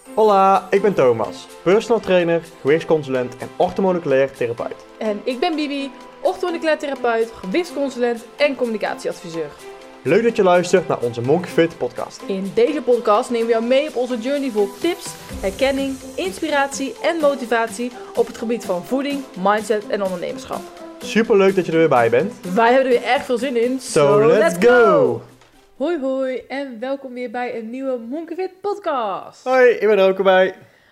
Hola, ik ben Thomas, personal trainer, gewichtsconsulent en orthomoleculair therapeut. En ik ben Bibi, orthomoleculair therapeut, gewichtsconsulent en communicatieadviseur. Leuk dat je luistert naar onze Monkey Fit podcast. In deze podcast nemen we jou mee op onze journey vol tips, herkenning, inspiratie en motivatie op het gebied van voeding, mindset en ondernemerschap. Super leuk dat je er weer bij bent. Wij hebben er weer erg veel zin in, So let's go! Hoi hoi en welkom weer bij een nieuwe Monkey Fit podcast. Hoi, ik ben er ook bij.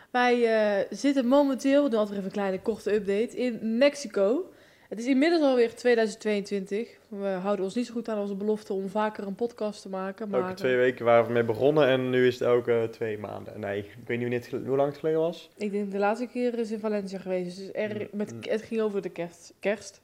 Wij zitten momenteel, we doen altijd even een kleine korte update, in Mexico. Het is inmiddels alweer 2022. We houden ons niet zo goed aan onze belofte om vaker een podcast te maken. Maar Elke 2 weken waren we mee begonnen en nu is het elke 2 maanden. Nee, ik weet niet hoe lang het geleden was. ik denk de laatste keer is in Valencia geweest. Dus het ging over de kerst.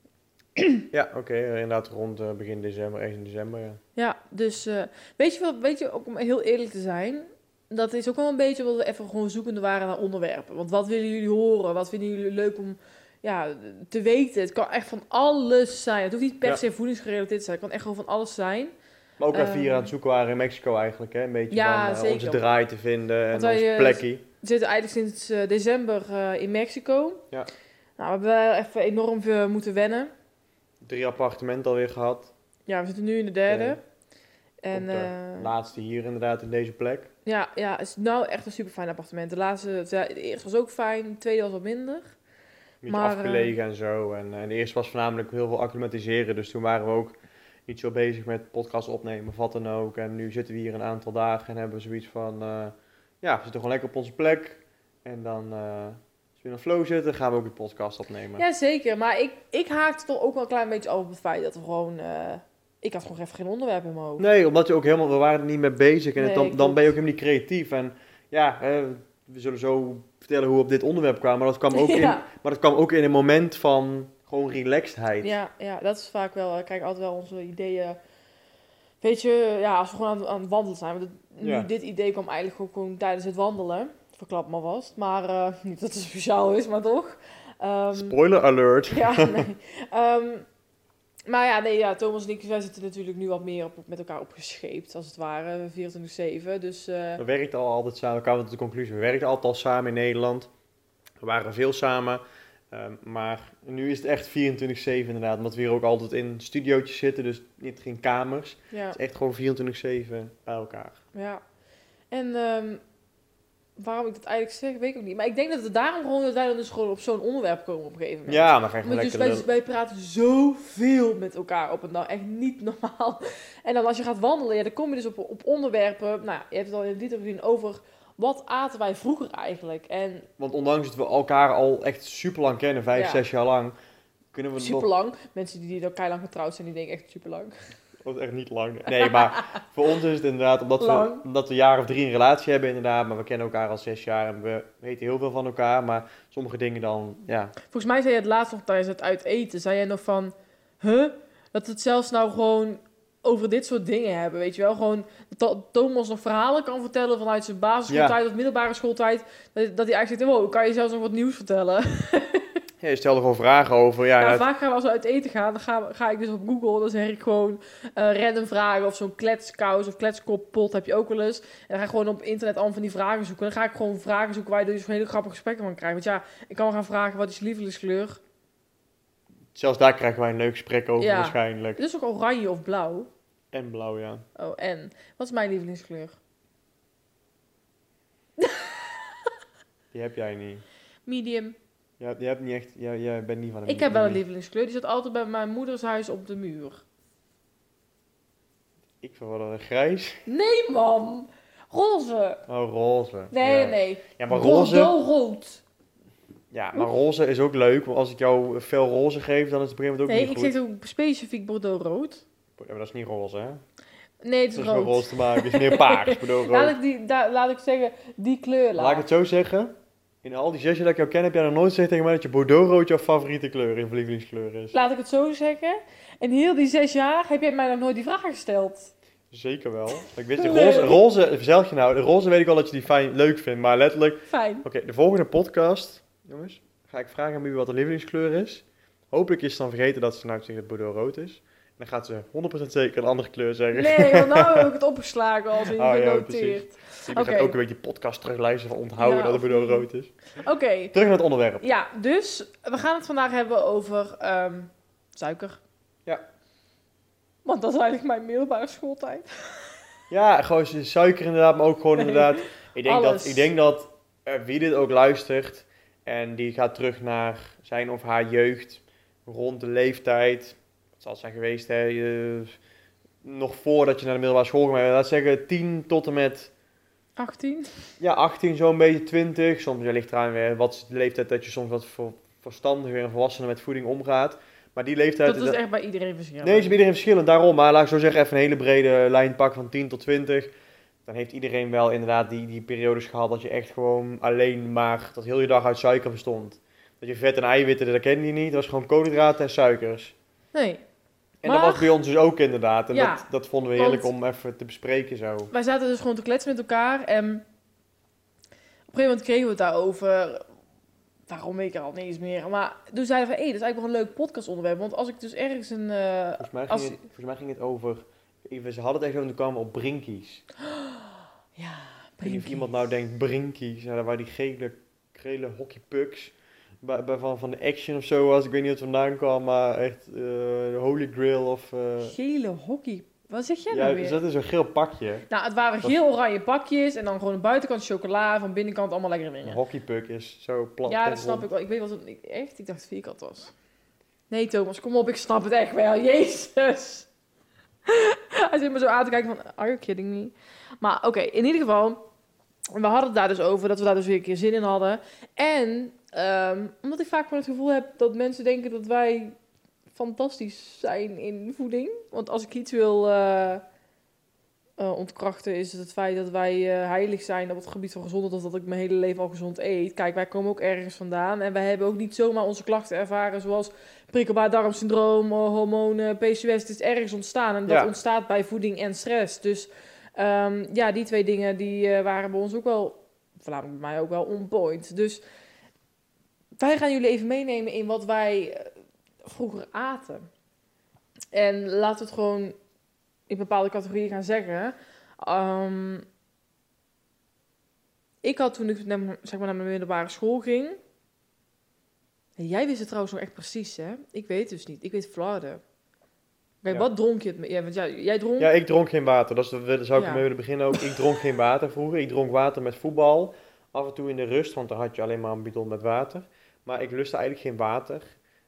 Ja, oké, inderdaad rond begin december, ergens in december. Ja. Ja, dus weet je, ook om heel eerlijk te zijn, dat is ook wel een beetje wat we even gewoon zoekende waren naar onderwerpen. Want wat willen jullie horen? Wat vinden jullie leuk om te weten? Het kan echt van alles zijn. Het hoeft niet per se voedingsgerelateerd te zijn. Het kan echt gewoon van alles zijn. Maar ook even hier aan het zoeken waren in Mexico eigenlijk, hè? Een beetje van zeker. onze draai te vinden en Want ons plekje. We zitten eigenlijk sinds december in Mexico. Ja. Nou, we hebben wel even enorm veel moeten wennen. 3 appartementen alweer gehad. Ja, we zitten nu in de derde. En de laatste hier inderdaad in deze plek. ja, het is nou echt een super fijn appartement. De eerste was ook fijn, de tweede was wat minder. Een beetje afgelegen en zo. En de eerste was voornamelijk heel veel acclimatiseren. Dus toen waren we ook niet zo bezig met podcast opnemen of wat dan ook. En nu zitten we hier een aantal dagen en hebben we zoiets van... we zitten gewoon lekker op onze plek. En dan... als we in een flow zitten, gaan we ook een podcast opnemen. Ja, zeker. Maar ik haakte toch ook wel een klein beetje over het feit dat we gewoon... ik had gewoon even geen onderwerp in mijn hoofd. Nee, omdat je ook helemaal... We waren er niet mee bezig. En Nee, dan ben je ook helemaal niet creatief. En ja, we zullen zo vertellen hoe we op dit onderwerp kwamen. Maar dat kwam ook in een moment van gewoon relaxedheid. Ja, dat is vaak wel... Kijk, altijd wel onze ideeën... Weet je, ja, als we gewoon aan het wandelen zijn. Want dit idee kwam eigenlijk ook gewoon tijdens het wandelen. Verklap maar vast. Maar niet dat het speciaal is, maar toch. Spoiler alert. Ja, nee. Thomas en ik, wij zitten natuurlijk nu wat meer met elkaar opgescheept, als het ware, 24/7. Dus, We werkten al altijd samen, we kwamen tot de conclusie, we werkten altijd al samen in Nederland. We waren veel samen, maar nu is het echt 24/7 inderdaad, omdat we hier ook altijd in studiootjes zitten, dus niet geen kamers. ja. Het is echt gewoon 24/7 bij elkaar. Ja, en waarom ik dat eigenlijk zeg, weet ik ook niet. Maar ik denk dat het daarom gewoon dat wij dan dus gewoon op zo'n onderwerp komen op een gegeven moment. Ja, maar ga je gewoon lekker dus wij praten zoveel met elkaar op een dag, echt niet normaal. En dan als je gaat wandelen, dan kom je dus op onderwerpen. Nou, je hebt het al in dit gezien over wat aten wij vroeger eigenlijk. Want ondanks dat we elkaar al echt super lang kennen, 5-6 jaar lang, kunnen we super lang. Mensen die al keilang getrouwd zijn, die denken echt super lang. Dat is echt niet lang. Nee, maar voor ons is het inderdaad, omdat we een jaar of 3 een relatie hebben inderdaad, maar we kennen elkaar al 6 jaar en we weten heel veel van elkaar, maar sommige dingen dan, ja. Volgens mij zei je het laatst nog tijdens het uit eten, zei jij nog van, dat het zelfs nou gewoon over dit soort dingen hebben, weet je wel? Gewoon dat Thomas nog verhalen kan vertellen vanuit zijn basisschooltijd of middelbare schooltijd, dat hij eigenlijk zegt, wow, kan je zelfs nog wat nieuws vertellen? Ja, je stelde gewoon vragen over. Vaak gaan we als we uit eten gaan, dan ga ik dus op Google, dan zeg ik gewoon random vragen of zo'n kletskous of kletskoppot heb je ook wel eens. En dan ga ik gewoon op internet allemaal van die vragen zoeken. En dan ga ik gewoon vragen zoeken waar je dus hele grappige gesprekken van krijgt. Want ja, ik kan wel gaan vragen, wat is je lievelingskleur? Zelfs daar krijgen wij een leuk gesprek over waarschijnlijk. Het is ook oranje of blauw? En blauw, ja. Oh, en? Wat is mijn lievelingskleur? Die heb jij niet. Medium. Ja, je hebt niet echt, jij bent niet van een Ik heb wel een lievelingskleur, die zit altijd bij mijn moeders huis op de muur. Ik vind wel een grijs. Nee, man! Roze! Oh, roze. Nee. Ja, maar roze... rood. Ja, maar roze is ook leuk, want als ik jou veel roze geef, dan is het op een gegeven moment ook niet goed. Nee, ik zeg ook specifiek bordeaux-rood. Ja, maar dat is niet roze, hè? Nee, het is rood. Dat is met roze te maken, het is meer paars, bordeaux-rood. Laat ik zeggen, die kleur Laat ik het zo zeggen. In al die 6 jaar dat ik jou ken, heb jij nog nooit gezegd tegen mij dat je bordeauxrood jouw favoriete kleur, je lievelingskleur is. Laat ik het zo zeggen. En heel die 6 jaar heb jij mij nog nooit die vraag gesteld. Zeker wel. Ik wist roze, verzel je nou, de roze weet ik wel dat je die leuk vindt, maar letterlijk... Fijn. Oké, de volgende podcast, jongens, ga ik vragen aan wie wat de lievelingskleur is. Hopelijk is ze dan vergeten dat ze nou zegt dat bordeaux rood is. Dan gaat ze 100% zeker een andere kleur zeggen. Nee, want nou heb ik het opgeslagen als in Oh, ja, genoteerd. Je gaat ook een beetje podcast terugluisteren van onthouden Ja, dat het of bedoel rood is. Oké, Terug naar het onderwerp. ja, dus we gaan het vandaag hebben over suiker. Ja. Want dat is eigenlijk mijn middelbare schooltijd. Ja, gewoon suiker inderdaad, maar ook gewoon inderdaad... Ik denk dat wie dit ook luistert en die gaat terug naar zijn of haar jeugd, rond de leeftijd, wat zal het zijn geweest, nog voordat je naar de middelbare school ging, laat zeggen 10 tot en met... 18? Ja, 18, zo'n beetje 20. Soms ligt eraan weer wat is de leeftijd dat je soms wat verstandiger en volwassener met voeding omgaat. Maar die leeftijd... Dat is echt bij iedereen verschillend. Nee, is bij iedereen verschillend, daarom. Maar laat ik zo zeggen, even een hele brede lijn pakken van 10 tot 20. Dan heeft iedereen wel inderdaad die periodes gehad dat je echt gewoon alleen maar... dat heel je dag uit suiker bestond. Dat je vet en eiwitten, dat kende je niet. Dat was gewoon koolhydraten en suikers. Nee. En Maar- dat was bij ons dus ook inderdaad. En Ja, dat vonden we heerlijk want- om even te bespreken zo. Wij zaten dus gewoon te kletsen met elkaar en op een gegeven moment kregen we het daarover. Waarom weet ik er al niet eens meer. Maar toen zeiden we van, dat is eigenlijk wel een leuk podcastonderwerp. Want als ik dus ergens een... Volgens mij ging het over... Ze hadden het echt over, toen kwamen we op Brinkies. Ja, Ik weet niet of iemand nou denkt Brinkies. Ja, dat waren die gele hockeypucks. Van de Action of zo was. Ik weet niet wat het vandaan kwam, maar echt de Holy Grail of... Gele hockey. Wat zeg jij ja, nou er weer? zat in zo'n geel pakje. Nou, het waren geel-oranje pakjes en dan gewoon de buitenkant chocola, van binnenkant allemaal lekkere Een dingen. hockeypuck is zo plat. Ja, en dat snap rond. ik wel. Ik weet wat het... Echt? Ik dacht het vierkant was. Nee, Thomas, kom op, ik snap het echt wel. Jezus. Hij zit me zo aan te kijken van, are you kidding me? Maar oké, in ieder geval, we hadden het daar dus over, dat we daar dus weer een keer zin in hadden. En omdat ik vaak gewoon het gevoel heb dat mensen denken dat wij fantastisch zijn in voeding. Want als ik iets wil ontkrachten, is het feit dat wij heilig zijn op het gebied van gezondheid, of dat ik mijn hele leven al gezond eet. Kijk, wij komen ook ergens vandaan en wij hebben ook niet zomaar onze klachten ervaren, zoals prikkelbaar darmsyndroom, hormonen, PCOS. Het is ergens ontstaan en dat ontstaat bij voeding en stress. Dus ja, die twee dingen die waren bij ons ook wel, voornamelijk bij mij ook wel on point. Dus wij gaan jullie even meenemen in wat wij vroeger aten. En laten we het gewoon in bepaalde categorieën gaan zeggen. Ik had toen ik zeg maar, naar mijn middelbare school ging. En jij wist het trouwens nog echt precies, hè? Ik weet het dus niet. Ik weet Vlaarden. Kijk, Ja. wat dronk je? Ja, want jij dronk... Ja, ik dronk geen water. Daar zou ik Ja. mee willen beginnen ook. Ik dronk geen water vroeger. Ik dronk water met voetbal. Af en toe in de rust, want dan had je alleen maar een bidon met water. Maar ik lustte eigenlijk geen water.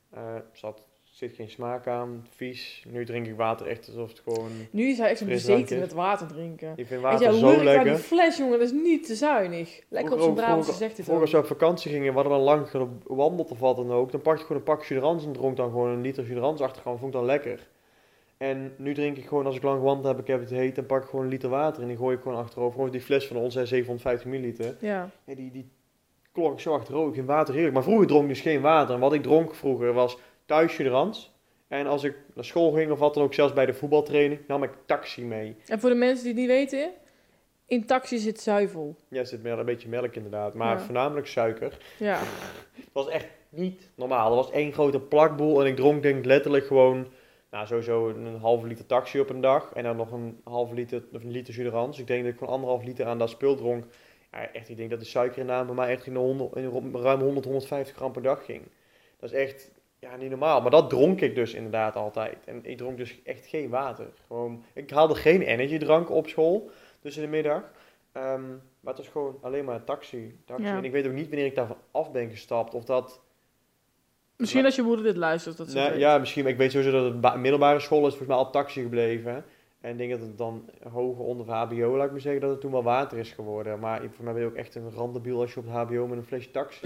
Zit geen smaak aan, vies. Nu drink ik water echt alsof het gewoon... Nu is hij echt zo'n Frisdrank bezeten is. met water drinken. Ik vind Weet water je, zo hoe aan die lekker. fles, jongen, dat is niet te zuinig. Lekker op zo'n Brabantse zegt dit Vroeger ook. als we op vakantie gingen, we hadden dan lang gewandeld of wat dan ook. Dan pakte ik gewoon een pak Juderans en dronk dan gewoon een liter Juderans achterkant. Vond ik dan lekker. En nu drink ik gewoon, als ik lang gewandeld heb, ik heb het heet, dan pak ik gewoon een liter water en die gooi ik gewoon achterover. Gewoon die fles van ons, 750 milliliter. Ja. Ja, die klonk ik zo achterover. Ik vind water heerlijk. Maar vroeger dronk ik dus geen water. En wat ik dronk vroeger was thuis Juderans. En als ik naar school ging of wat dan ook, zelfs bij de voetbaltraining, nam ik taxi mee. En voor de mensen die het niet weten, in taxi zit zuivel. Ja, er zit een beetje melk inderdaad, maar Ja. voornamelijk suiker. Ja. Het was echt niet normaal. Er was één grote plakboel en ik dronk denk ik letterlijk gewoon, nou sowieso een halve liter taxi op een dag. En dan nog een halve liter of een liter Juderans. Ik denk dat ik gewoon 1,5 liter aan dat spul dronk. Ja, echt, ik denk dat de suikerinname bij mij echt in ruim 100, 150 gram per dag ging. Dat is echt... Ja, niet normaal. Maar dat dronk ik dus inderdaad altijd. En ik dronk dus echt geen water. Gewoon, ik haalde geen energiedrank op school. Dus in de middag. Maar het was gewoon alleen maar taxi. Ja. En ik weet ook niet wanneer ik daarvan af ben gestapt. Of dat... Misschien als je moeder dit luistert, dat ze het weet. Ja, misschien. Maar ik weet sowieso dat het middelbare school is volgens mij al taxi gebleven. En ik denk dat het dan hoger onder het hbo, laat ik maar zeggen, dat het toen wel water is geworden. Maar voor mij ben je ook echt een randebiel als je op het hbo met een flesje taxi...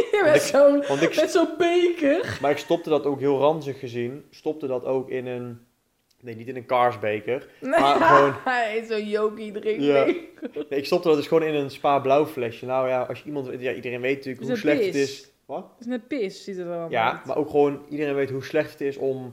Met zo'n beker. Maar ik stopte dat ook heel ranzig gezien. Stopte dat ook in een... Nee, niet in een Karsbeker. Maar gewoon... Zo'n Yogi drinken. Ja. Nee, ik stopte dat dus gewoon in een Spa Blauw flesje. Nou ja, als je iemand... Ja, iedereen weet natuurlijk Is hoe het slecht pis? het is. Wat? Dat is net pis, ziet het er dan Ja, uit. maar ook gewoon... Iedereen weet hoe slecht het is om...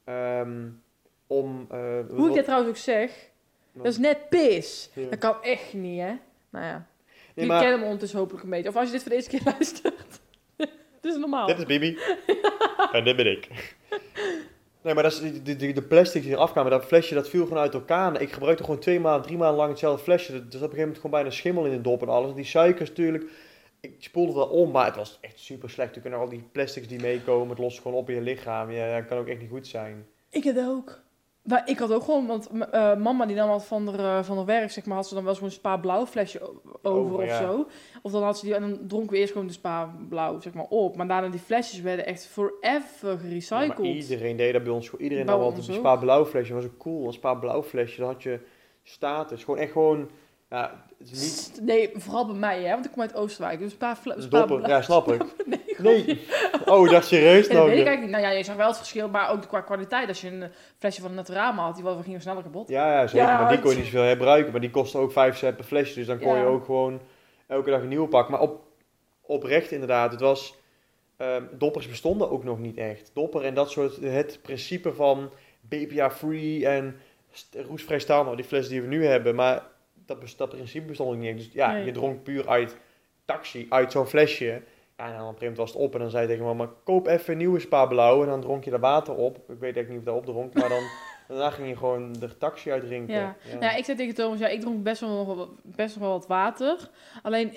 Hoe ik dat trouwens ook zeg, dat is net pis. Ja. Dat kan echt niet, hè? Nou ja. Nee, Jullie maar... kennen hem ondertussen hopelijk een beetje. Of als je dit voor de eerste keer luistert. Het is normaal. Dit is Bibi. En dit ben ik. Nee, maar dat is de plastic die eraf kwamen, dat flesje dat viel gewoon uit elkaar. Ik gebruikte gewoon 2 maanden, 3 maanden lang hetzelfde flesje. Dus op een gegeven moment gewoon bijna schimmel in de dop en alles. Die suikers natuurlijk, ik spoelde dat om, maar het was echt super slecht. Toen kunnen al die plastics die meekomen, het lost gewoon op in je lichaam. Ja, dat kan ook echt niet goed zijn. Ik had ook. Maar ik had ook gewoon, want mama die nam wat van de werk, zeg maar, had ze dan wel eens gewoon een Spa Blauw flesje over of zo. Of dan had ze die, en dan dronken we eerst gewoon de Spa Blauw, zeg maar, op. Maar daarna die flesjes werden echt forever gerecycled. Ja, maar iedereen deed dat bij ons. Iedereen Bij had altijd ons een ook. Spa Blauw flesje. Dat was ook cool, een Spa Blauw flesje. Dan had je status. Gewoon echt gewoon, ja, het is niet... Nee, vooral bij mij, hè, want ik kom uit Oosterwijk. Dus Spa Dopper, Blauw. ja, snap ik. Nee, Nee. Oh, dat serieus ja, nou? dat weet ik eigenlijk niet. Nou ja, je zag wel het verschil, maar ook qua kwaliteit. Als je een flesje van Naturama had, die gingen sneller kapot. Ja, zeker. Ja, Maar die kon je niet zoveel gebruiken. Maar die kostte ook 5 cent per flesje. Dus dan kon je Ja. ook gewoon elke dag een nieuwe pakken. Maar oprecht inderdaad. Het was... doppers bestonden ook nog niet echt. Dopper en dat soort... Het principe van BPA-free en roestvrij staal. Nou, die fles die we nu hebben. Maar dat principe bestond ook niet echt. Dus ja, Nee. je dronk puur uit taxi, uit zo'n flesje. Ja, en dan op een gegeven moment was het op. En dan zei je tegen mama, koop even een nieuwe Spa Blauw. En dan dronk je er water op. Ik weet eigenlijk niet of dat opdronk. Maar dan... Daarna ging je gewoon de taxi uitdrinken. Ja. Nou, ik zei tegen Thomas, ja, ik dronk best wel wat water. Alleen,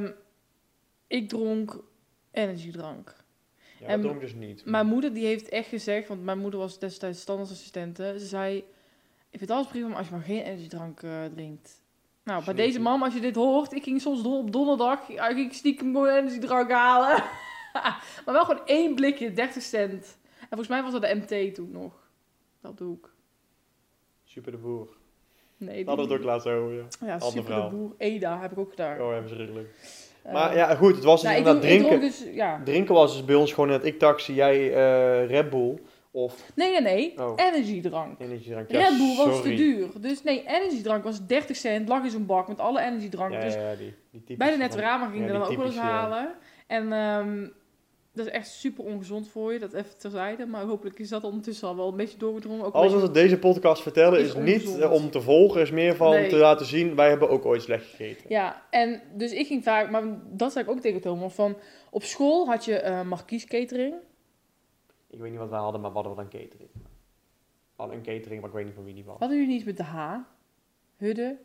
ik dronk energiedrank. Ja, dat dronk dus niet. Mijn moeder die heeft echt gezegd, want mijn moeder was destijds standaardassistente. Ze zei, ik vind alles prima, maar als je maar geen energiedrank drinkt. Nou, bij deze mam, als je dit hoort, ik ging soms op donderdag, ging ik stiekem gewoon energiedrank halen. Maar wel gewoon 1 blikje, 30 cent. En volgens mij was dat de MT toen nog. Dat doe ik. Super de Boer. Nee, Hadden we het ook laatst over, ja. Ja, Ander Super verhaal. de Boer. Eda heb ik ook gedaan. Oh, even schrikkelijk. Maar ja, goed, het was dus nou, inderdaad ik drinken. dronk dus, ja. Drinken was dus bij ons gewoon net ik taxi, jij Red Bull of Nee. Oh. Energiedrank. energiedrank. Ja, Red Bull was te sorry. duur. Dus nee, energiedrank was 30 cent. Lag in zo'n bak met alle energiedrank. Ja, dus ja, die typische bij de van- Netrama ging ja, je dan die ook wel eens typische, ja. halen. En dat is echt super ongezond voor je. Dat even terzijde. Maar hopelijk is dat ondertussen al wel een beetje doorgedrongen. Ook een Alles wat beetje- we deze podcast vertellen Is is niet ongezond. om te volgen, is meer van Nee. te laten zien, wij hebben ook ooit slecht gegeten. Ja, en dus ik ging vaak... Maar dat zei ik ook tegen Thomas. Van, op school had je Marquise catering. Ik weet niet wat wij hadden, maar we hadden wel een catering. We hadden een catering, maar ik weet niet van wie die was. Hadden jullie iets met de H? Hudde?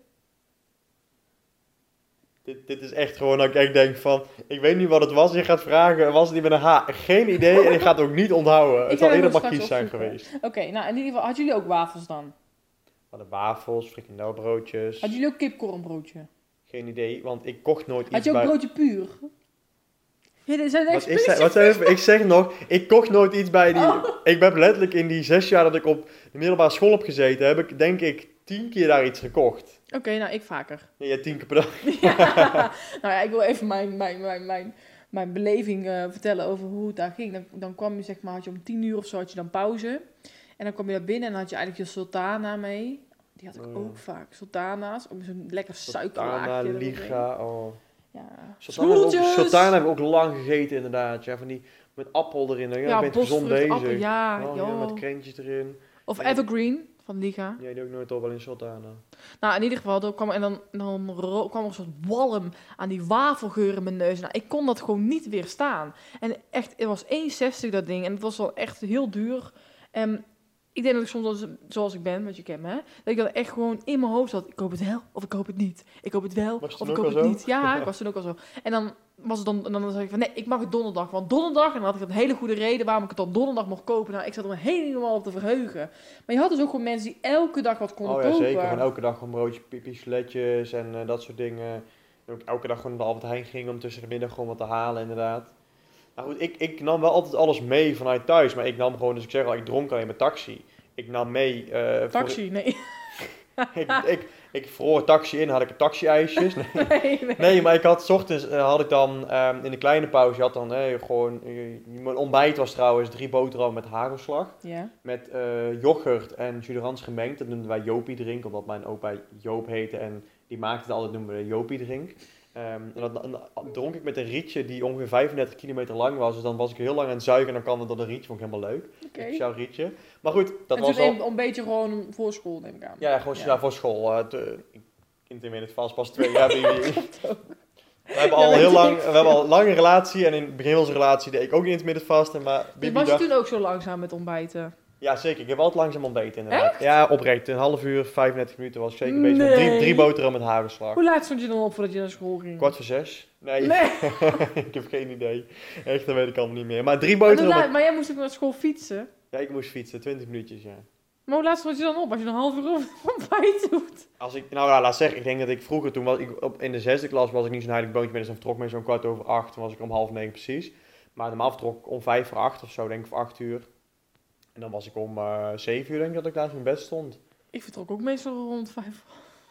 Dit is echt gewoon dat ik echt denk van, ik weet niet wat het was. Je gaat vragen, was het niet met een H? Geen idee en ik ga het ook niet onthouden. Het ga zal het eerder wel straks Marquise zijn opzoeken. geweest. Oké, nou in ieder geval, hadden jullie ook wafels dan? We hadden wafels, frikandelbroodjes. Hadden jullie ook kipkornbroodje? Geen idee, want ik kocht nooit iets Had je ook bij... broodje puur? Ja, dit zijn Wat is dat? Wat zei je? Ik zeg nog, ik kocht nooit iets bij die... Oh. Ik ben letterlijk in die 6 jaar dat ik op de middelbare school heb gezeten, heb ik denk ik 10 keer daar iets gekocht. Oké, nou ik vaker. Nee, ja, 10 keer per dag. Nou ja, ik wil even mijn beleving vertellen over hoe het daar ging. Dan kwam je, zeg maar, had je om 10 uur of zo had je dan pauze. En dan kwam je daar binnen en dan had je eigenlijk je sultana mee. Die had ik ook vaak. Sultana's, ook met zo'n lekker suikerlaagje. Sultana, eroverheen. Liga, oh. Ja. Sultana hebben we ook lang gegeten inderdaad. Ja, van die met appel erin. Ja, Ja, je bent gezond bosvrucht, bezig. appel, ja, Oh, joh. ja, met krentjes erin. Of Evergreen van Liga. Ja, die ook nooit op, wel in Sultana. Nou, in ieder geval, dan kwam er een soort walm aan die wafelgeur in mijn neus. Nou, ik kon dat gewoon niet weerstaan. En echt, het was 1,60 dat ding. En het was wel echt heel duur. En ik denk dat ik soms, zoals ik ben, want je kent me, hè, dat ik dat echt gewoon in mijn hoofd had. Ik koop het wel, of ik koop het niet. Ik koop het wel, Was je of toen ik ook koop al het zo? niet. Ja, ik was toen ook al zo. En dan was het dan zei ik van, nee, ik mag het donderdag. Want donderdag, en dan had ik een hele goede reden waarom ik het dan donderdag mocht kopen. Nou, ik zat er me helemaal op te verheugen. Maar je had dus ook gewoon mensen die elke dag wat konden Oh ja, kopen. zeker. Gewoon elke dag gewoon broodje, pipiesletjes en dat soort dingen. En ook elke dag gewoon naar de Albert Heijn ging om tussen de middag gewoon wat te halen, inderdaad. Nou goed, ik nam wel altijd alles mee vanuit thuis. Maar ik nam gewoon, dus ik zeg al, ik dronk alleen met taxi. Ik nam mee... Taxi, nee. Ik vroor taxi in, had ik taxi-ijsjes. Nee. nee. Nee, maar ik had 's ochtends had ik dan in de kleine pauze, je had dan gewoon, mijn ontbijt was trouwens 3 boterhammen met hagelslag. Ja. Met yoghurt en jus d'orange gemengd. Dat noemden wij Jopie drink, omdat mijn opa Joop heette en die maakte het altijd, noemen we Jopie drink. En dan dronk ik met een rietje die ongeveer 35 kilometer lang was. Dus dan was ik heel lang aan het zuigen en dan kwam het door een rietje. Vond ik helemaal leuk. Oké. Speciaal rietje. Maar goed, dat En was toen al... een beetje gewoon voor school, neem ik aan. Ja, gewoon ja, voor school. Intermediate vast pas 2 jaar. We hebben al heel lang, we hebben al een lange relatie. En in het begin van onze relatie deed ik ook niet intermediate vast. Maar Dus Bibi was je dacht... toen ook zo langzaam met ontbijten? Ja, zeker. Ik heb altijd langzaam ontbeten inderdaad. Echt? Ja, oprecht. Een half uur, 35 minuten was ik zeker bezig met Nee. 3 boterhammen met hagelslag. Hoe laat stond je dan op voordat je naar school ging? 5:45. Nee, Nee. ik heb geen idee. Echt, dat weet ik allemaal niet meer. Maar 3 Maar, boterhammen... maar jij moest ook naar school fietsen. Ja, ik moest fietsen. 20 minuutjes, ja. Maar hoe laat stond je dan op als je een half uur ontbijt doet? Als ik, nou ja, laat zeggen, ik denk dat ik vroeger, toen was ik in de 6e klas, was ik niet zo'n heilig boontje meer, dus dan vertrok ik zo'n 8:15, toen was ik om 8:30 precies. Maar normaal vertrok ik om 7:45 of zo, denk ik, of 8 uur. En dan was ik om 7 uur, denk ik, dat ik daar in mijn bed stond. Ik vertrok ook meestal rond 5.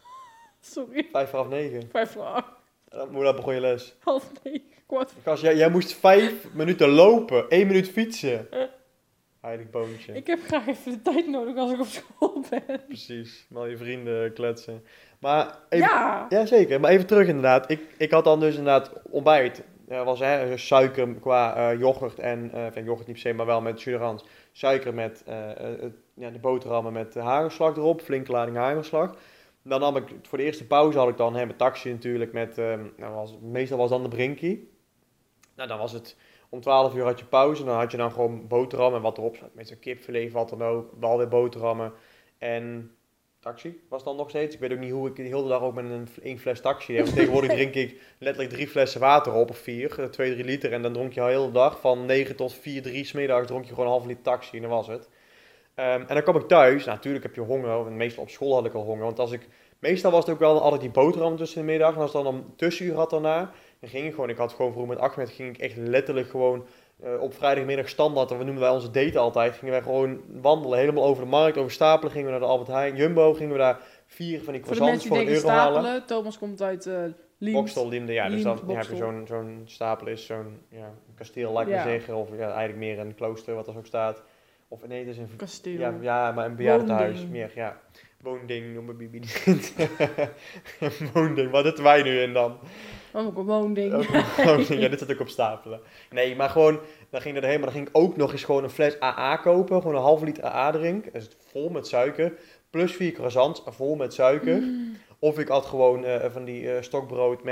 Sorry, 9:05. 5 voor 8, Hoe laat begon je les? 8:30, kwart. Gast, jij moest 5 minuten lopen, 1 minuut fietsen. Heilig boontje. Ik heb graag even de tijd nodig als ik op school ben. Precies, met al je vrienden kletsen. Maar even, Ja! ja, zeker. Maar even terug inderdaad. Ik had dan dus inderdaad ontbijt. Er was suiker qua yoghurt en... yoghurt niet per se, maar wel met jus d'orange. Suiker met de boterhammen met hagelslag erop. Flinke lading hagelslag. Dan had ik... Voor de eerste pauze had ik dan mijn taxi natuurlijk met... meestal was dan de Brinkie. Nou, dan was het... Om 12 uur had je pauze. Dan had je dan gewoon boterham en wat erop zat. Met zo'n kipfilet, wat dan ook. Wel weer boterhammen. En... Taxi was dan nog steeds. Ik weet ook niet hoe ik de hele dag ook met één fles taxi deed. Want tegenwoordig drink ik letterlijk 3 flessen water op, of 4, 2-3 liter. En dan dronk je al de hele dag, van 9 tot 4, 3 smiddags dronk je gewoon een half liter taxi en dat was het. En dan kwam ik thuis. Nou, natuurlijk heb je honger. En meestal op school had ik al honger. Want meestal was het ook wel altijd die boterham tussen de middag. En als ik dan een tussenuur had daarna, dan ging ik gewoon. Ik had gewoon vroeger met Ahmed, ging ik echt letterlijk gewoon... op vrijdagmiddag standaard, we noemen wij onze date altijd, gingen wij gewoon wandelen, helemaal over de markt, over Stapelen, gingen we naar de Albert Heijn, Jumbo, gingen we daar 4 van die croissants voor €1 halen. Stapelen, Thomas komt uit Liemt. Bokstel, Liemde, ja, dus dan heb je Bokstel. zo'n Stapelen is zo'n kasteel, laat ik maar zeggen, of eigenlijk meer een klooster, wat er ook staat. Of nee, het is een... Kasteel. Ja, maar een bejaardentehuis, Woonding. meer, ja. Woonding, noem mijn bibi niet. Woonding, wat zitten wij nu in dan? Ook een woonding. Ja, dit zit ook op Stapelen. Nee, maar gewoon, dan ging er heen, maar dan ging ik ook nog eens gewoon een fles AA kopen. Gewoon een halve liter AA drink. Dat is vol met suiker. Plus 4 croissants, vol met suiker. Of ik had gewoon van die stokbrood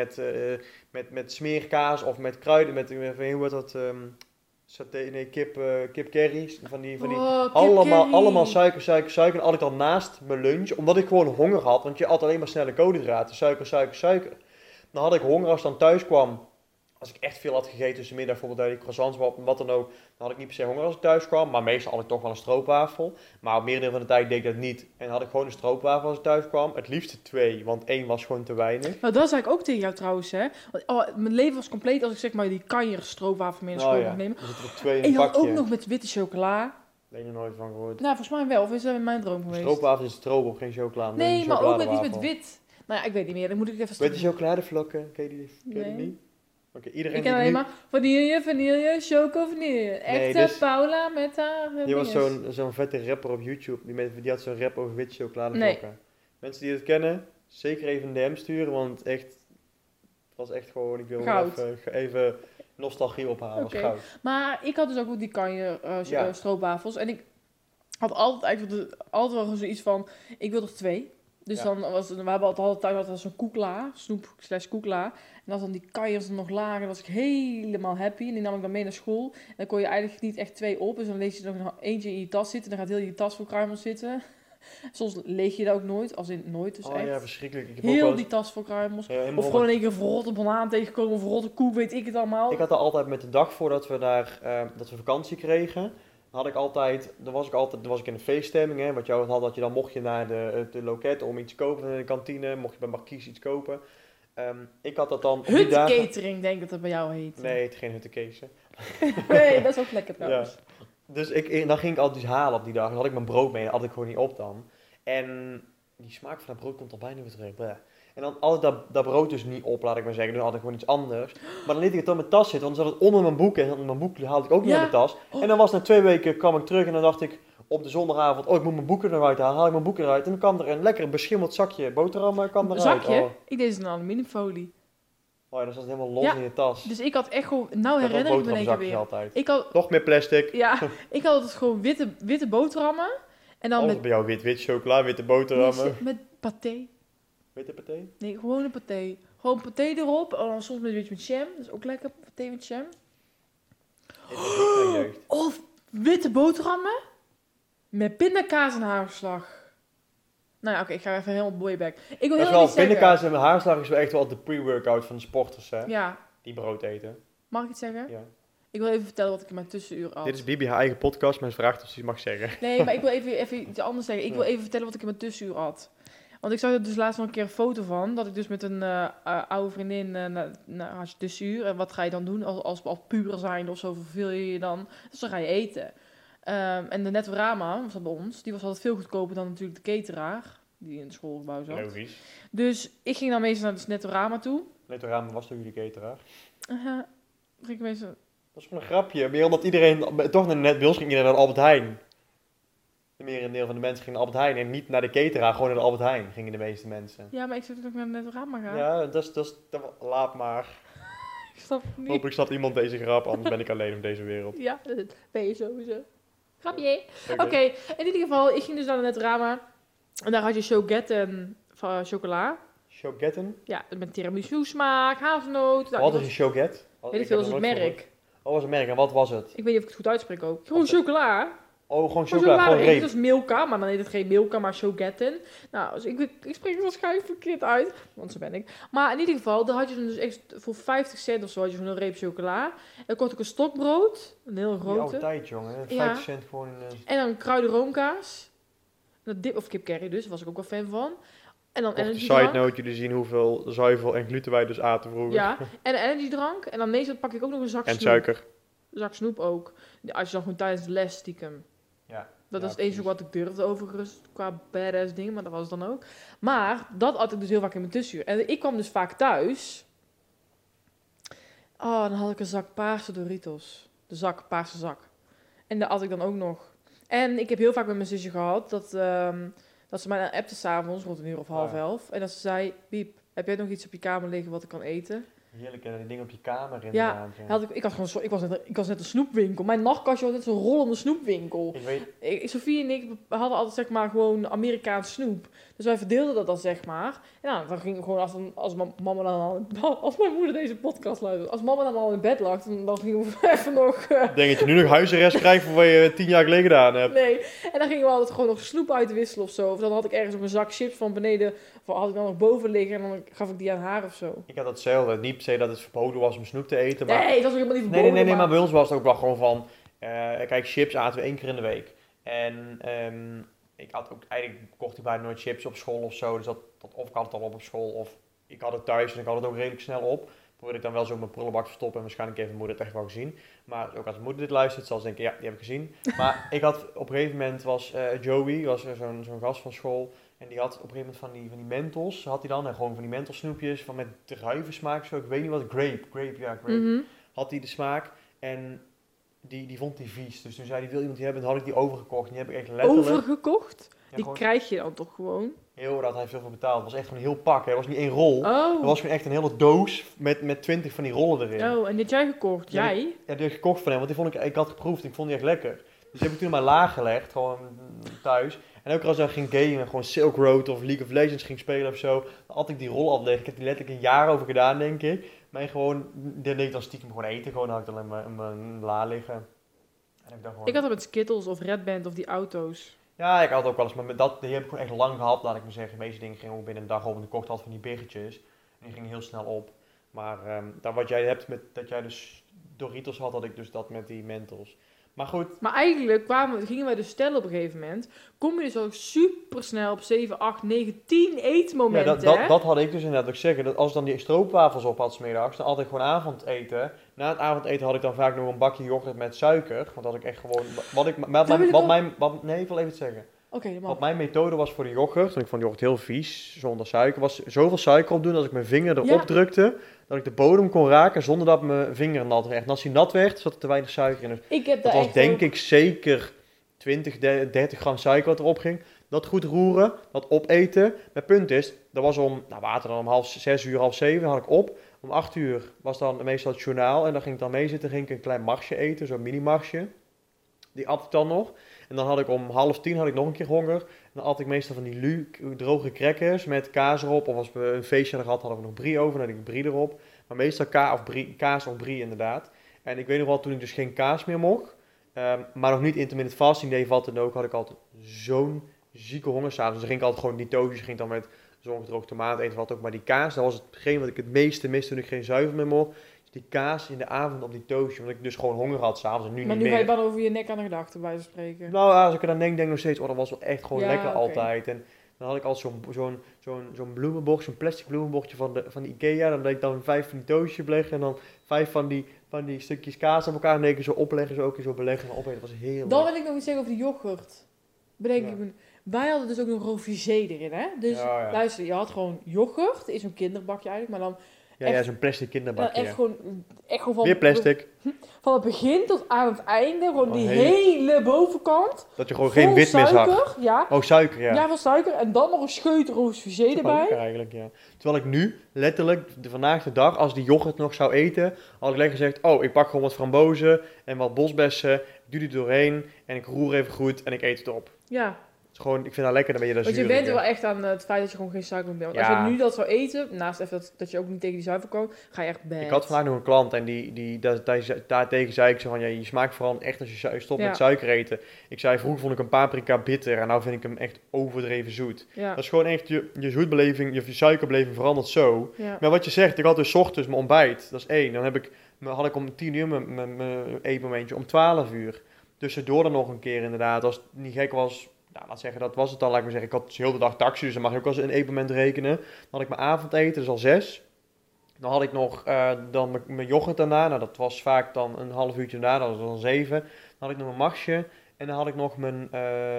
met smeerkaas of met kruiden, hoe heet dat? Saté, nee, kip curry's. Allemaal suiker. En dan had ik dan naast mijn lunch, omdat ik gewoon honger had. Want je had alleen maar snelle koolhydraten. Suiker. Dan had ik honger als ik dan thuis kwam. Als ik echt veel had gegeten tussen middag, bijvoorbeeld die croissants, wat dan ook, dan had ik niet per se honger als ik thuis kwam. Maar meestal had ik toch wel een stroopwafel. Maar op meerdere van de tijd deed ik dat niet. En dan had ik gewoon een stroopwafel als ik thuis kwam. Het liefste 2, want 1 was gewoon te weinig. Nou, dat zei ik ook tegen jou trouwens, hè. Want, mijn leven was compleet als ik zeg maar die kanjer stroopwafel mee naar school mag nemen. Dan zitten er 2 in En een je had pakje. ook nog met witte chocola. Daar heb je er nooit van gehoord. Nou, volgens mij wel. Of is dat in mijn droom geweest? Stroopwafel is stroop op, geen chocola. Nee, maar ook met iets met wit. Nou ja, ik weet niet meer. Dan moet ik even... Witte chocoladevlokken, ken je die Nee. niet? Oké, iedereen Ik ken die alleen nu... maar vanille, choco, vanille. Echte dus- Paula met haar Die was dinges. zo'n vette rapper op YouTube. Die had zo'n rap over witte chocoladevlokken. Mensen die het kennen, zeker even een DM sturen, want echt, het was echt gewoon, ik wil Goud. even nostalgie ophalen. Oké. Was goud. Maar ik had dus ook die kanjer Ja. stroopwafels. En ik had altijd wel zoiets van, ik wil er 2. Dus Ja. dan was we hebben altijd thuis zo'n koekla, snoep/koekla. En als dan die kanjers er nog lagen, was ik helemaal happy. En die nam ik dan mee naar school. En dan kon je eigenlijk niet echt 2 op. Dus dan lees je er nog eentje in je tas zitten. Dan gaat heel je tas vol kruimels zitten. Soms leeg je dat ook nooit. Als in nooit, dus Oh echt. ja, verschrikkelijk. Ik heb ook Heel wel die tas vol kruimels. helemaal Of gewoon in één keer een verrotte banaan tegenkomen. Of verrotte koek, weet ik het allemaal. Ik had er altijd met de dag voordat we dat we vakantie kregen, dan was ik in een feeststemming, hè, wat jou had, dat je dan mocht je naar de loket om iets te kopen in de kantine, mocht je bij Marquise iets kopen. Ik had dat dan... Hut catering, denk ik dat het bij jou heet. Nee, het is geen huttenkezen. Nee, dat is ook lekker trouwens. Ja. Dus dan ging ik altijd iets halen op die dag. Dan had ik mijn brood mee, dat had ik gewoon niet op dan. En die smaak van dat brood komt al bijna weer terug. Bleh. En dan altijd dat brood dus niet op, laat ik maar zeggen. Dan had ik gewoon iets anders. Maar dan liet ik het dan in mijn tas zitten, want dan zat het onder mijn boek. En mijn boek haalde ik ook niet Ja. uit mijn tas. Oh. En dan was na 2 weken, kwam ik terug en dan dacht ik op de zondagavond, ik moet mijn boeken eruit halen. Haal ik mijn boeken eruit en dan kwam er een lekker beschimmeld zakje boterham kwam Een eruit. zakje? Oh. Ik deed het in aluminiumfolie. Oh, ja, dan zat het helemaal los Ja. in je tas. Dus ik had echt gewoon... Nou Ik had ook herinner ik me in één keer boterhamzakjes weer. altijd. Ik had... Nog meer plastic. Ja, ik had altijd gewoon witte boterhammen. En dan Altijd bij jou wit chocola, witte boterhammen. met paté. Witte paté? Nee, gewoon een paté. Gewoon paté erop. En dan soms met een beetje met jam. Dat is ook lekker, paté met jam. Dit was ook mijn jeugd. Of witte boterhammen. Met pindakaas en haarslag. Nou ja, oké, ik ga even helemaal boyback. Ik wil Dat is heel wel, iets zeggen. pindakaas en haarslag is wel echt wel de pre-workout van de sporters, hè? Ja, Die brood eten. mag ik iets zeggen? Ja. Ik wil even vertellen wat ik in mijn tussenuur at. Dit is Bibi haar eigen podcast, maar ze vraagt of ze iets mag zeggen. Nee, maar ik wil even iets anders zeggen. Ik wil even vertellen wat ik in mijn tussenuur at. Want ik zag er dus laatst nog een keer een foto van. Dat ik dus met een oude vriendin had je tussenuur. En wat ga je dan doen als puber zijn of zo? Verveel je je dan? Dus dan ga je eten. En de Netorama, was dat bij ons, die was altijd veel goedkoper dan natuurlijk de cateraar. Die in het schoolgebouw zat. Logisch. Dus ik ging dan meestal naar de Netorama toe. Netorama was toch jullie cateraar? Ging ik meestal... Dat is gewoon een grapje. Meer omdat iedereen, toch net bij ons ging iedereen naar Albert Heijn. De merendeel van de mensen ging naar Albert Heijn. En niet naar de cateraar, gewoon naar de Albert Heijn gingen de meeste mensen. Ja, maar ik zou toch naar de Netorama gaan? Ja, laat maar. Ik snap het niet. Hopelijk snapt iemand deze grap, anders ben ik alleen op deze wereld. Ja, dat ben je sowieso. Grapje. Oké. Oké, in ieder geval, ik ging dus naar de Netorama. En daar had je Shogatten van chocola. Shogatten? Ja, met tiramisu smaak, hazelnoot. Nou, Wat ik is een Shogat? was- weet ik veel, dat is het merk. Oh, was een merk. En wat was het? Ik weet niet of ik het goed uitspreek ook. Gewoon chocola. Oh, gewoon Gewoon chocola, gewoon reep. reep. Dat is Milka, maar dan heet het geen Milka, maar Shogatten. Nou, dus ik spreek het waarschijnlijk verkeerd uit, want zo ben ik. Maar in ieder geval, daar had je dus echt voor 50 cent of zo had je zo'n reep chocola. En dan kocht ik een stokbrood, een heel Die oude grote. tijd, jongen. Ja. 50 cent gewoon... En dan kruidenroomkaas. Dat dip of kipcurry dus, daar was ik ook wel fan van. En dan Of de energy side drank. note, jullie zien hoeveel zuivel en gluten wij dus aten vroeger. Ja, en een energy drank. En dan meestal pak ik ook nog een zak En snoep. suiker. Een zak snoep ook. Als je dan gewoon tijdens de les stiekem. Ja. Dat Ja, was het enige precies. wat ik durfde overigens qua badass dingen, maar dat was het dan ook. Maar dat at ik dus heel vaak in mijn tussenuur. En ik kwam dus vaak thuis. Oh, dan had ik een zak paarse Doritos. De zak, paarse zak. En daar at ik dan ook nog. En ik heb heel vaak met mijn zusje gehad dat ze mij appte s'avonds rond 10:30. En dat ze zei, Piep, heb jij nog iets op je kamer liggen wat ik kan eten? Heerlijk, en die dingen op je kamer Ja, inderdaad. Ja. ik was net een snoepwinkel. Mijn nachtkastje was net zo'n rollende snoepwinkel. Ik weet, Sofie en ik hadden altijd zeg maar gewoon Amerikaans snoep. Dus wij verdeelden dat dan zeg maar. En nou, dan ging ik gewoon als mama dan al, als mijn moeder deze podcast luistert, als mama dan al in bed lag, dan gingen we even nog. ik denk dat je nu nog huisarrest krijgt voor wat je 10 jaar geleden gedaan hebt. Nee. En dan gingen we altijd gewoon nog snoep uitwisselen of zo. Of dan had ik ergens nog een zak chips van beneden, of had ik dan nog boven liggen en dan gaf ik die aan haar of zo. Ik had hetzelfde. Niet per se dat het verboden was om snoep te eten, maar... Nee, dat was ook helemaal niet verboden. Nee, maar bij ons was het ook wel gewoon van... kijk, chips aten we 1 keer in de week. En ik had ook... Eigenlijk kocht ik bijna nooit chips op school of zo. Dus of ik had het al op school, of ik had het thuis en ik had het ook redelijk snel op. Probeerde ik dan wel zo in mijn prullenbak te stoppen en waarschijnlijk heeft mijn moeder het echt wel gezien. Maar ook als mijn moeder dit luistert, zal ze denken, ja, die heb ik gezien. Maar ik had op een gegeven moment Joey, was zo'n gast van school. En die had op een gegeven moment van die Mentos, had hij dan. En gewoon van die Mentos snoepjes, van met druivensmaak zo. Ik weet niet wat, grape. Mhm. Had hij de smaak en die vond hij vies. Dus toen zei hij, wil iemand die hebben? En toen had ik die overgekocht. En die heb ik echt letterlijk... Overgekocht? Ja, Die gewoon krijg je dan toch gewoon? heel, daar had hij veel voor betaald. Het was echt gewoon een heel pak. Hè. Het was niet 1 rol. Oh. Het was gewoon echt een hele doos met 20 van die rollen erin. Oh, en dit jij gekocht? Ja, Jij? Ja, die heb ik gekocht van hem, want die vond ik had geproefd en ik vond die echt lekker. Dus die heb ik toen maar laag gelegd, gewoon thuis. En ook als ik ging gamen, gewoon Silk Road of League of Legends ging spelen of zo, dan had ik die rol afleggen. Ik heb die letterlijk een jaar over gedaan, denk ik. Maar gewoon, dit deed ik dan stiekem gewoon eten, gewoon dan had ik dan in mijn la liggen. En ik dacht gewoon... Ik had het met Skittles of Red Band of die auto's. Ja, ik had ook wel eens, maar met die heb ik gewoon echt lang gehad, laat ik maar zeggen. De meeste dingen gingen ook binnen een dag op en ik kocht altijd van die biggetjes. En die gingen heel snel op. Maar wat jij hebt met dat jij dus Doritos had ik dus dat met die Mentos. Maar goed. Maar eigenlijk gingen wij dus stellen op een gegeven moment. Kom je dus ook super snel op 7, 8, 9, 10 eetmomenten. Ja, dat had ik dus inderdaad ook zeggen. Dat als ik dan die stroopwafels op had 's middags, dan had ik gewoon avondeten. Na het avondeten had ik dan vaak nog een bakje yoghurt met suiker. Want dat ik echt gewoon... Nee, ik wil even het zeggen. Oké, dat mag. Wat mijn methode was voor de yoghurt, en ik vond yoghurt heel vies, zonder suiker, was zoveel suiker op doen als ik mijn vinger erop drukte, dat ik de bodem kon raken zonder dat mijn vinger nat werd. En als die nat werd, zat er te weinig suiker in. Dus Ik heb dat daar was denk ik zeker 20, 30 gram suiker wat erop ging. Dat goed roeren, dat opeten. Mijn punt is, dat was om, water dan om 6 uur, half 7 had ik op. Om 8 uur was dan meestal het journaal en dan ging ik dan mee zitten, ging ik een klein marsje eten, zo'n mini-marsje. Die at ik dan nog. En dan had ik om 9:30 had ik nog een keer honger. En dan at ik meestal van die droge crackers met kaas erop. Of als we een feestje hadden gehad, hadden we nog brie over. Dan had ik brie erop. Maar meestal kaas of brie inderdaad. En ik weet nog wel, toen ik dus geen kaas meer mocht, Maar nog niet intermittent fasting deed, wat dan ook, had ik altijd zo'n zieke honger s'avonds. Dus dan ging ik altijd gewoon die toastjes, ging dan met zongedroogde tomaat eten, wat ook. Maar die kaas, dat was hetgeen wat ik het meeste miste toen ik geen zuivel meer mocht. Dus die kaas in de avond op die toastje, omdat ik dus gewoon honger had s'avonds en nu Maar niet nu meer. ga je dan over je nek aan de gedachten, bij wijze van spreken. Nou, als ik er dan denk ik nog steeds, dat was wel echt gewoon lekker oké. altijd. En dan had ik altijd zo'n bloemenbocht, zo'n plastic bloemenbochtje van de Ikea. Dan deed ik dan 5 van die toastjes beleggen en dan 5 van die stukjes kaas aan elkaar. En dan deed ik zo opleggen, zo ook in zo beleggen en opeten. Dat was heerlijk. Dan wil ik nog iets zeggen over die yoghurt. Bedenk Ja. ik me. Wij hadden dus ook nog Rovisé erin, hè? Dus Ja. luister, je had gewoon yoghurt, is zo'n kinderbakje eigenlijk, maar dan Ja, zo'n plastic kinderbakje. echt gewoon van, Weer plastic. van het begin tot aan het einde, gewoon die heel- hele bovenkant. Dat je gewoon vol geen wit meer zag. suiker, ja. Oh, suiker, ja. Ja, van suiker. En dan nog een scheut Rovisé Dat is wel erbij. lekker eigenlijk, ja. Terwijl ik nu, letterlijk, vandaag de dag, als die yoghurt nog zou eten, had ik lekker gezegd, oh, ik pak gewoon wat frambozen en wat bosbessen, ik doe die doorheen en ik roer even goed en ik eet het op. Ja, Het is gewoon, ik vind dat lekker, dan ben je daar want je zuur bent in. wel echt aan het feit dat je gewoon geen suiker meer bent. Want Ja. als je nu dat zou eten, naast even dat je ook niet tegen die zuivel komt, ga je echt bad. Ik had vandaag nog een klant en daartegen zei ik zo van, ja, je smaakt vooral echt als je stopt Ja. met suiker eten. Ik zei, vroeger vond ik een paprika bitter en nu vind ik hem echt overdreven zoet. Ja, Dat is gewoon echt, je zoetbeleving, je suikerbeleving verandert zo. ja. Maar wat je zegt, ik had dus 's ochtends mijn ontbijt, dat is 1. Dan had ik om 10 uur mijn eetmomentje, om 12 uur. Tussendoor dan nog een keer inderdaad, als het niet gek was, nou laat zeggen, dat was het dan, laat ik maar zeggen. Ik had dus heel de dag taxi, dus dan mag je ook wel eens een eetmoment rekenen. Dan had ik mijn avondeten, dat is al 6. Dan had ik nog dan mijn yoghurt daarna, nou dat was vaak dan een half uurtje daarna, dat was dan 7. Dan had ik nog mijn maxje. En dan had ik nog mijn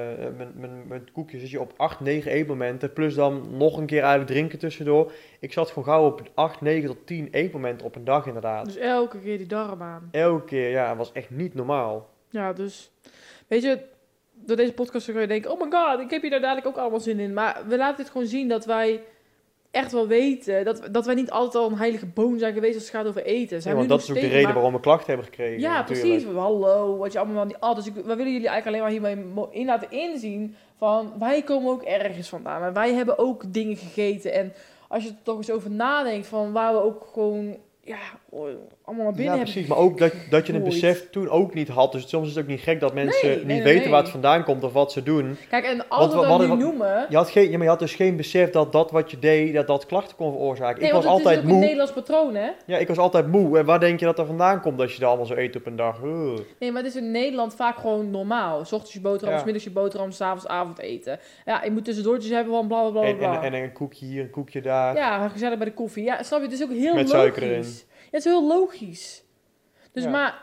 koekjes, dus je op 8, 9 eetmomenten. Plus dan nog een keer eigenlijk drinken tussendoor. Ik zat gewoon gauw op 8, 9 tot 10 eetmomenten op een dag inderdaad. Dus elke keer die darm aan. Elke keer, ja, het was echt niet normaal. Ja, dus weet je, door deze podcast kun je denken, oh my god, ik heb hier daar dadelijk ook allemaal zin in. Maar we laten dit gewoon zien dat wij echt wel weten, dat wij niet altijd al een heilige boon zijn geweest als het gaat over eten. Ja, Zijn want we nu dat is nog ook de steeds, reden maar- waarom we klachten hebben gekregen. Ja, natuurlijk. precies. Hallo, wat je allemaal wel niet... Dus we willen jullie eigenlijk alleen maar hiermee in laten inzien van, wij komen ook ergens vandaan. En wij hebben ook dingen gegeten. En als je er toch eens over nadenkt van waar we ook gewoon, ja, allemaal naar binnen Ja, hebben. precies. Maar ook dat je het gegooid. besef toen ook niet had. Dus soms is het ook niet gek dat mensen Nee, niet nee, weten nee. waar het vandaan komt of wat ze doen. Kijk, en als Want we wat- dat nu wat- noemen... Maar je had dus geen besef dat wat je deed, dat klachten kon veroorzaken. Nee, Ik was want het altijd is ook een moe. Nederlands patroon, hè? Ja, ik was altijd moe. En waar denk je dat er vandaan komt als je dat allemaal zo eet op een dag? Nee, maar het is in Nederland vaak gewoon normaal. 's Ochtends je boterham, Ja. 's middags je boterham, 's avonds avondeten. Ja, je moet tussendoortjes hebben van bla bla bla bla. En een koekje hier, een koekje daar. Ja, gezellig bij de koffie. Ja, snap je? Het is ook heel Met logisch. suiker erin. Ja, het is heel logisch. Dus Ja. maar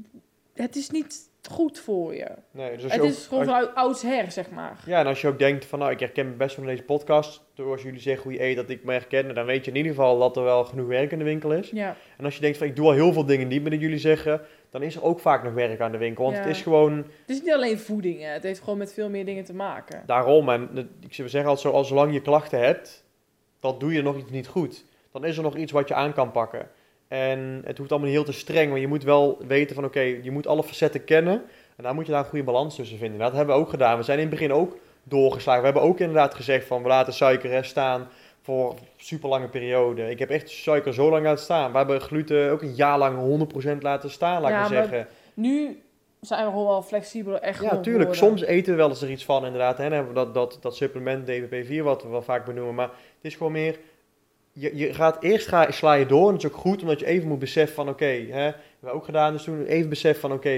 het is niet goed voor je. Nee, dus als Het je is gewoon vanuit oudsher, zeg maar. Ja, en als je ook denkt van, nou, ik herken me best wel in deze podcast, zoals jullie zeggen hoe je eet, dat ik me herken, dan weet je in ieder geval dat er wel genoeg werk in de winkel is. Ja, En als je denkt van, ik doe al heel veel dingen niet meer dat jullie zeggen, dan is er ook vaak nog werk aan de winkel. Want Ja. het is gewoon het is niet alleen voeding, hè. Het heeft gewoon met veel meer dingen te maken. daarom. En ik zou zeggen, als zolang je klachten hebt, dan doe je nog iets niet goed. Dan is er nog iets wat je aan kan pakken. En het hoeft allemaal niet heel te streng, maar je moet wel weten van, oké, je moet alle facetten kennen. En daar moet je daar een goede balans tussen vinden. Dat hebben we ook gedaan. We zijn in het begin ook doorgeslagen. We hebben ook inderdaad gezegd van, we laten suiker staan voor super lange periode. Ik heb echt suiker zo lang laten staan. We hebben gluten ook een jaar lang 100% laten staan, laat ik Ja, maar maar zeggen. Nu zijn we gewoon wel flexibeler, echt Ja, gewoon natuurlijk. geworden. Soms eten we wel eens er iets van, inderdaad. Hè. Dan hebben we dat supplement DWP4, wat we wel vaak benoemen. Maar het is gewoon meer... Je gaat eerst sla je door. En dat is ook goed, omdat je even moet beseffen van... Oké, hè, hebben we ook gedaan. Dus toen even beseffen van... Oké,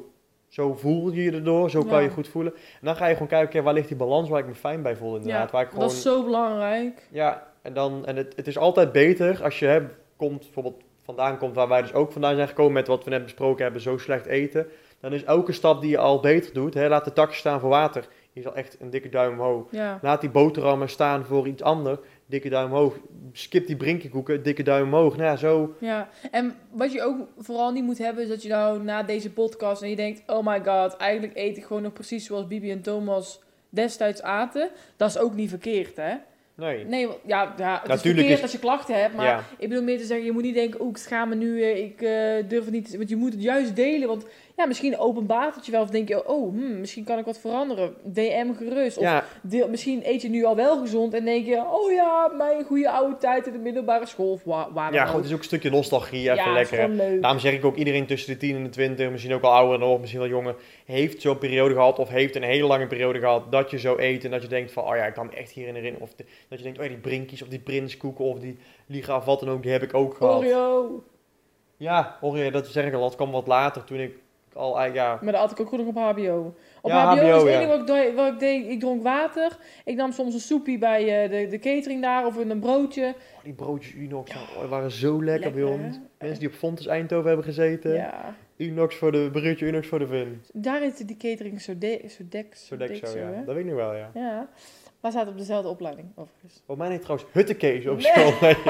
zo voel je je erdoor. Zo kan Ja. je goed voelen. En dan ga je gewoon kijken... Oké, waar ligt die balans waar ik me fijn bij voel, inderdaad. Ja, Waar ik gewoon, dat is zo belangrijk. Ja, en het is altijd beter als je bijvoorbeeld vandaan komt... Waar wij dus ook vandaan zijn gekomen met wat we net besproken hebben... Zo slecht eten. Dan is elke stap die je al beter doet... Hè, laat de taxi staan voor water. Je zal echt een dikke duim omhoog. Ja. Laat die boterhammen staan voor iets anders. Dikke duim omhoog. Skip die brinkjekoeken. Dikke duim omhoog. Nou ja, zo. Ja, en wat je ook vooral niet moet hebben, is dat je nou na deze podcast en je denkt, oh my god, eigenlijk eet ik gewoon nog precies zoals Bibi en Thomas destijds aten. Dat is ook niet verkeerd, hè? Nee. Nee, ja, het is Natuurlijk verkeerd is- als je klachten hebt, maar Ja. ik bedoel meer te zeggen, je moet niet denken, ik schaam me nu, ik durf het niet, want je moet het juist delen, want ja, misschien openbaart het je wel, of denk je, misschien kan ik wat veranderen, DM gerust, of Ja, misschien eet je nu al wel gezond en denk je, oh ja, mijn goede oude tijd in de middelbare school, of waar dan ja, ook. goed, het is ook een stukje nostalgie, even ja, het is lekker. gewoon leuk. Daarom zeg ik ook, iedereen tussen de 10 en de 20, misschien ook al ouder nog, misschien wel jonger, heeft zo'n periode gehad of heeft een hele lange periode gehad dat je zo eet en dat je denkt van, oh ja, ik kan me echt hierin herinneren. Of dat je denkt, oh ja, die Brinkies of die Prinskoeken of die Liga of wat dan ook, die heb ik ook gehad. Oreo. Ja, Oreo, dat zeg ik al, dat kwam wat later toen ik al, ja. Maar dat had ik ook goed nog op HBO. Op Ja, HBO is HBO, het ja. enige wat ik deed, ik dronk water. Ik nam soms een soepie bij de catering daar of een broodje. Oh, die broodjes Unox die waren zo lekker bij Lekker, ons. hè? Mensen die op Fontes Eindhoven hebben gezeten. Ja. Unox voor de broodje, Unox voor de vin. Daar heette die catering Sodexo, Sodexo, ja. hè? Dat weet ik nog wel, ja. Ja. Maar zaten op dezelfde opleiding, overigens. Op mij heet trouwens Huttekees op Nee. school. Nee.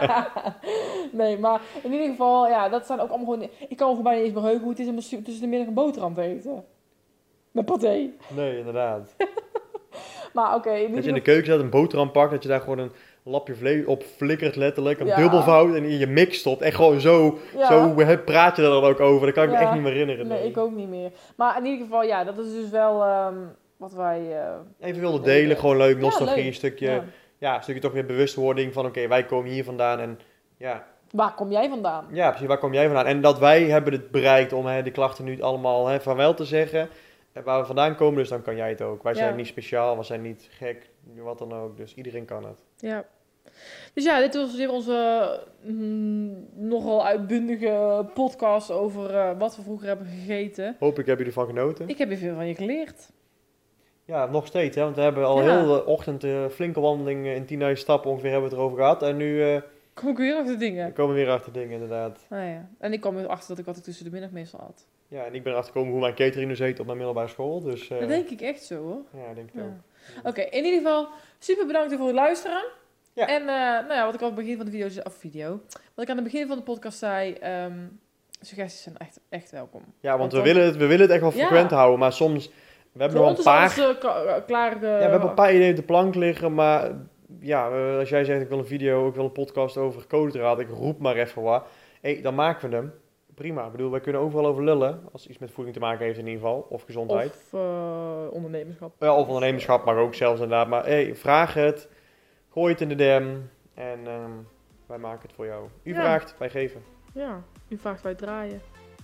Nee, maar in ieder geval, ja, dat zijn ook allemaal gewoon... Ik kan me gewoon bijna niet eens meer heugen hoe het is om tussen de middag een boterham te eten. Met paté. Nee, inderdaad. Maar oké, in Dat je ieder in de keuken zet, een boterham pakt, dat je daar gewoon een lapje vlees op flikkert letterlijk, een Ja. dubbelvoud en in je mix stopt. En gewoon zo, Ja. zo praat je er dan ook over. Dat kan ik me Ja. echt niet meer herinneren. Nee, ik ook niet meer. Maar in ieder geval, ja, dat is dus wel wat wij... Even wilde delen, gewoon leuk, nostalgie, leuk. een stukje, ja. ja, een stukje toch weer bewustwording van oké, wij komen hier vandaan en ja, Waar kom jij vandaan? ja, precies, waar kom jij vandaan? En dat wij hebben het bereikt om de klachten nu allemaal vaarwel te zeggen. En waar we vandaan komen, dus dan kan jij het ook. Wij Ja. zijn niet speciaal, we zijn niet gek, wat dan ook. Dus iedereen kan het. Ja. Dus ja, dit was weer onze nogal uitbundige podcast over wat we vroeger hebben gegeten. Hopelijk hebben jullie ervan genoten. Ik heb weer veel van je geleerd. Ja, nog steeds, hè, want we hebben al Ja. heel de ochtend flinke wandeling in 10.000 stappen ongeveer hebben we het erover gehad. En nu Kom ik weer achter dingen. komen we weer achter dingen, inderdaad. Nou ja. En ik kwam weer achter dat ik wat ik tussen de middag meestal had. Ja, en ik ben erachter gekomen hoe mijn catering nu heet op mijn middelbare school. Dus Dat denk ik echt zo hoor. ja, ik denk het Ja. ook. Oké, in ieder geval super bedankt voor het luisteren. Ja. En nou ja, wat ik al aan het begin van de video wat ik aan het begin van de podcast zei, suggesties zijn echt welkom. Ja, want Want we willen het echt wel Ja. frequent houden, maar soms, we hebben Voor nog ons een is paar... alles klaar. Ja, we hebben een paar ideeën op de plank liggen, maar ja, als jij zegt ik wil een video, ik wil een podcast over koolhydraten, ik roep maar even wat. Dan maken we hem. Prima, ik bedoel, wij kunnen overal over lullen, als het iets met voeding te maken heeft in ieder geval, of gezondheid. Of ondernemerschap. Ja, of ondernemerschap, maar ook zelfs inderdaad. Maar vraag het, gooi het in de DM en wij maken het voor jou. U Ja. vraagt, wij geven. Ja, u vraagt wij draaien.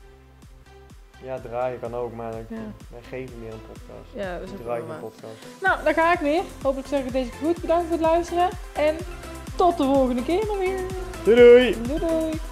Ja, draaien kan ook, maar Ja. wij geven meer een podcast. Ja, dat is We ook draaien wel een waar. podcast. Nou, dan ga ik weer. Hopelijk zeg ik deze goed. Bedankt voor het luisteren. En tot de volgende keer nog weer. Doei doei! Doei doei.